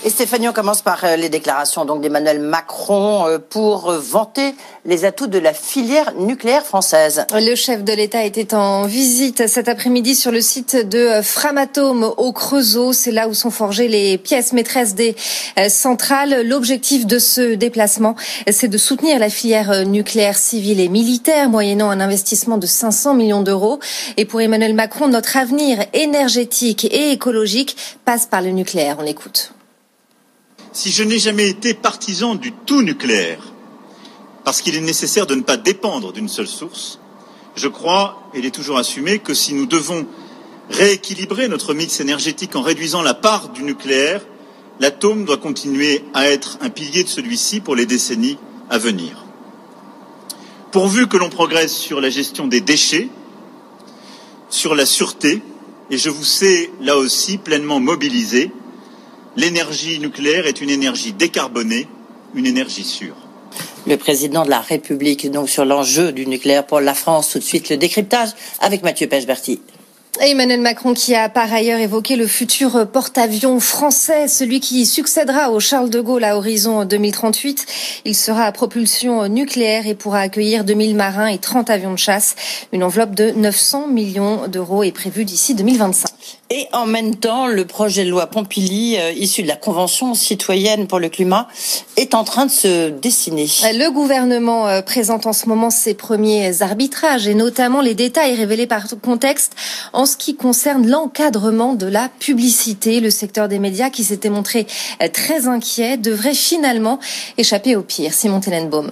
Et Stéphanie, on commence par les déclarations d'Emmanuel Macron pour vanter les atouts de la filière nucléaire française. Le chef de l'État était en visite cet après-midi sur le site de Framatome au Creusot. C'est là où sont forgées les pièces maîtresses des centrales. L'objectif de ce déplacement, c'est de soutenir la filière nucléaire civile et militaire, moyennant un investissement de 500 millions d'euros. Et pour Emmanuel Macron, notre avenir énergétique et écologique passe par le nucléaire. On l'écoute. Si je n'ai jamais été partisan du tout nucléaire, parce qu'il est nécessaire de ne pas dépendre d'une seule source, je crois, et il est toujours assumé, que si nous devons rééquilibrer notre mix énergétique en réduisant la part du nucléaire, l'atome doit continuer à être un pilier de celui-ci pour les décennies à venir. Pourvu que l'on progresse sur la gestion des déchets, sur la sûreté, et je vous sais là aussi pleinement mobilisé, l'énergie nucléaire est une énergie décarbonée, une énergie sûre. Le président de la République, donc sur l'enjeu du nucléaire pour la France, tout de suite le décryptage avec Mathieu Pechberti. Emmanuel Macron qui a par ailleurs évoqué le futur porte-avions français, celui qui succédera au Charles de Gaulle à horizon 2038. Il sera à propulsion nucléaire et pourra accueillir 2000 marins et 30 avions de chasse. Une enveloppe de 900 millions d'euros est prévue d'ici 2025. Et en même temps, le projet de loi Pompili, issu de la Convention citoyenne pour le climat, est en train de se dessiner. Le gouvernement présente en ce moment ses premiers arbitrages et notamment les détails révélés par contexte en ce qui concerne l'encadrement de la publicité. Le secteur des médias qui s'était montré très inquiet devrait finalement échapper au pire. Simon Tellenbaum.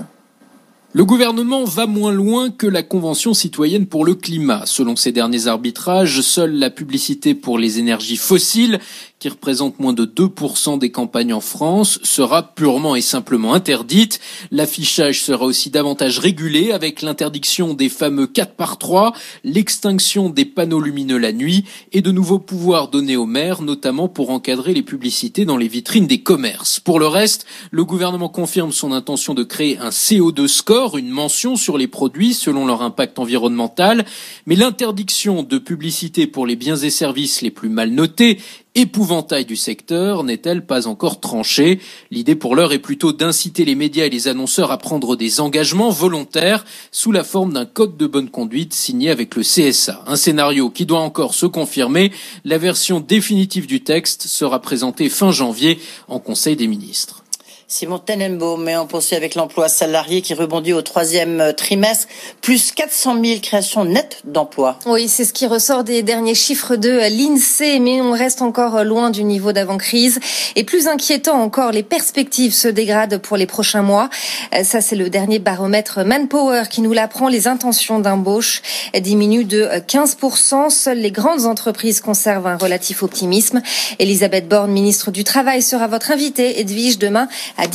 Le gouvernement va moins loin que la Convention citoyenne pour le climat. Selon ces derniers arbitrages, seule la publicité pour les énergies fossiles, qui représente moins de 2% des campagnes en France, sera purement et simplement interdite. L'affichage sera aussi davantage régulé avec l'interdiction des fameux 4x3, l'extinction des panneaux lumineux la nuit et de nouveaux pouvoirs donnés aux maires, notamment pour encadrer les publicités dans les vitrines des commerces. Pour le reste, le gouvernement confirme son intention de créer un CO2 score, une mention sur les produits selon leur impact environnemental, mais l'interdiction de publicité pour les biens et services les plus mal notés, épouvantail du secteur, n'est-elle pas encore tranchée? L'idée pour l'heure est plutôt d'inciter les médias et les annonceurs à prendre des engagements volontaires sous la forme d'un code de bonne conduite signé avec le CSA. Un scénario qui doit encore se confirmer. La version définitive du texte sera présentée fin janvier en Conseil des ministres. Simon Tenenbaum, mais on poursuit avec l'emploi salarié qui rebondit au troisième trimestre, plus 400 000 créations nettes d'emplois. Oui, c'est ce qui ressort des derniers chiffres de l'INSEE, mais on reste encore loin du niveau d'avant-crise. Et plus inquiétant encore, les perspectives se dégradent pour les prochains mois. Ça, c'est le dernier baromètre Manpower qui nous l'apprend. Les intentions d'embauche diminuent de 15%. Seules les grandes entreprises conservent un relatif optimisme. Elisabeth Borne, ministre du Travail, sera votre invitée, Edwige, demain à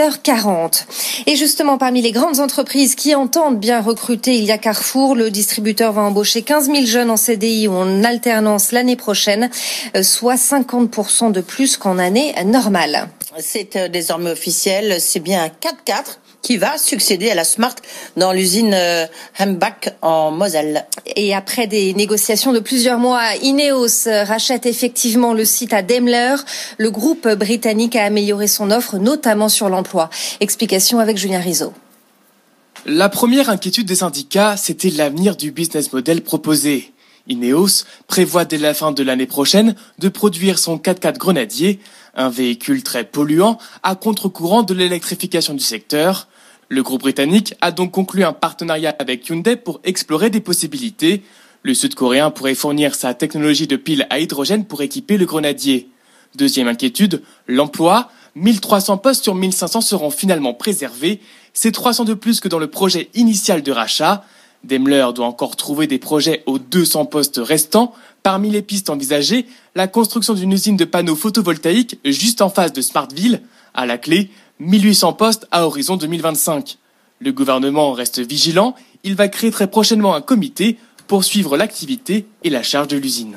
18h40. Et justement, parmi les grandes entreprises qui entendent bien recruter, il y a Carrefour. Le distributeur va embaucher 15 000 jeunes en CDI ou en alternance l'année prochaine, soit 50% de plus qu'en année normale. C'est désormais officiel, c'est bien un 4x4 qui va succéder à la Smart dans l'usine Hambach en Moselle. Et après des négociations de plusieurs mois, Ineos rachète effectivement le site à Daimler. Le groupe britannique a amélioré son offre, notamment sur l'emploi. Explication avec Julien Rizzo. La première inquiétude des syndicats, c'était l'avenir du business model proposé. Ineos prévoit dès la fin de l'année prochaine de produire son 4x4 Grenadier, un véhicule très polluant à contre-courant de l'électrification du secteur. Le groupe britannique a donc conclu un partenariat avec Hyundai pour explorer des possibilités. Le Sud-Coréen pourrait fournir sa technologie de pile à hydrogène pour équiper le Grenadier. Deuxième inquiétude, l'emploi. 1300 postes sur 1500 seront finalement préservés. C'est 300 de plus que dans le projet initial de rachat. Daimler doit encore trouver des projets aux 200 postes restants. Parmi les pistes envisagées, la construction d'une usine de panneaux photovoltaïques juste en face de Smartville. À la clé, 1800 postes à horizon 2025. Le gouvernement reste vigilant. Il va créer très prochainement un comité pour suivre l'activité et la charge de l'usine.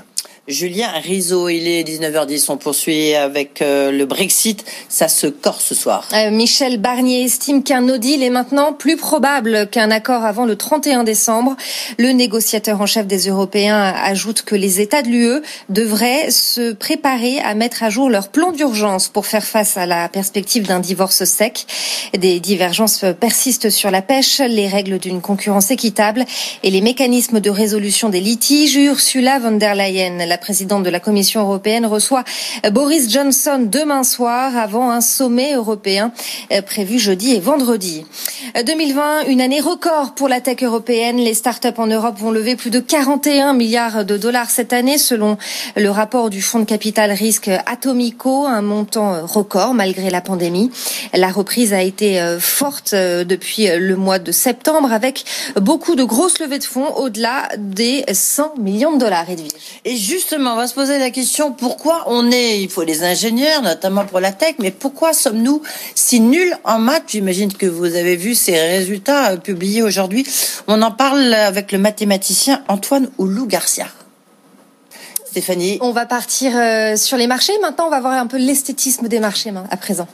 Julien Rizzo, il est 19h10, on poursuit avec le Brexit, ça se corse ce soir. Michel Barnier estime qu'un no deal est maintenant plus probable qu'un accord avant le 31 décembre. Le négociateur en chef des Européens ajoute que les États de l'UE devraient se préparer à mettre à jour leur plan d'urgence pour faire face à la perspective d'un divorce sec. Des divergences persistent sur la pêche, les règles d'une concurrence équitable et les mécanismes de résolution des litiges. Ursula von der Leyen, la présidente de la Commission européenne, reçoit Boris Johnson demain soir avant un sommet européen prévu jeudi et vendredi. 2020, une année record pour la tech européenne. Les startups en Europe vont lever plus de 41 milliards de dollars cette année, selon le rapport du fonds de capital risque Atomico, un montant record malgré la pandémie. La reprise a été forte depuis le mois de septembre avec beaucoup de grosses levées de fonds au-delà des 100 millions de dollars, Edwige. Et justement, on va se poser la question, il faut des ingénieurs, notamment pour la tech, mais pourquoi sommes-nous si nuls en maths? J'imagine que vous avez vu ces résultats publiés aujourd'hui. On en parle avec le mathématicien Antoine Oulou-Garcia. Stéphanie. On va partir sur les marchés. Maintenant, on va voir un peu l'esthétisme des marchés à présent.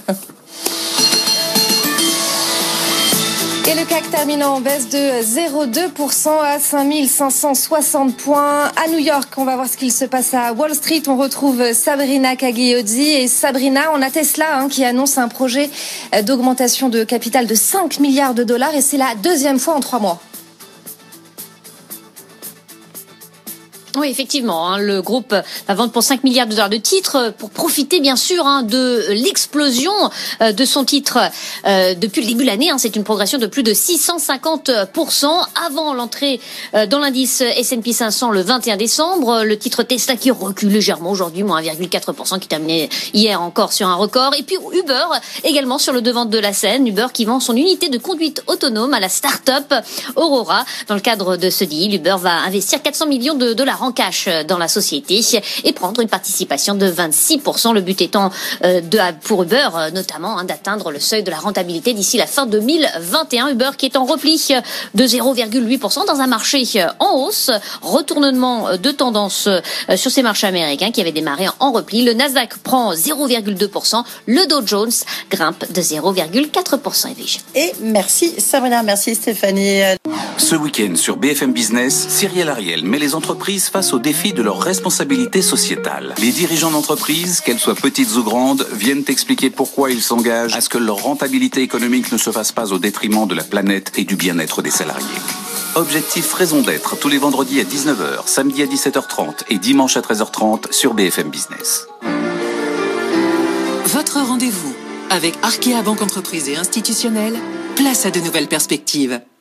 Et le CAC termine en baisse de 0,2% à 5560 points. À New York, on va voir ce qu'il se passe à Wall Street. On retrouve Sabrina Cagliozzi. Et Sabrina, on a Tesla qui annonce un projet d'augmentation de capital de 5 milliards de dollars. Et c'est la deuxième fois en 3 mois. Oui, effectivement, le groupe va vendre pour 5 milliards de dollars de titres pour profiter bien sûr de l'explosion de son titre depuis le début de l'année. C'est une progression de plus de 650% avant l'entrée dans l'indice S&P 500 le 21 décembre. Le titre Tesla qui recule légèrement aujourd'hui, moins 1,4%, qui terminait hier encore sur un record. Et puis Uber également sur le devant de la scène. Uber qui vend son unité de conduite autonome à la start-up Aurora. Dans le cadre de ce deal, Uber va investir 400 millions de dollars en cash dans la société et prendre une participation de 26%. Le but étant pour Uber notamment d'atteindre le seuil de la rentabilité d'ici la fin 2021. Uber qui est en repli de 0,8% dans un marché en hausse. Retournement de tendance sur ces marchés américains qui avaient démarré en repli. Le Nasdaq prend 0,2%. Le Dow Jones grimpe de 0,4%. Et merci Sabrina, merci Stéphanie. Ce week-end sur BFM Business, Cyrielle Ariel met les entreprises face au défi de leur responsabilité sociétale. Les dirigeants d'entreprises, qu'elles soient petites ou grandes, viennent expliquer pourquoi ils s'engagent à ce que leur rentabilité économique ne se fasse pas au détriment de la planète et du bien-être des salariés. Objectif Raison d'être, tous les vendredis à 19h, samedi à 17h30 et dimanche à 13h30 sur BFM Business. Votre rendez-vous avec Arkea Banque Entreprise et Institutionnelle, place à de nouvelles perspectives.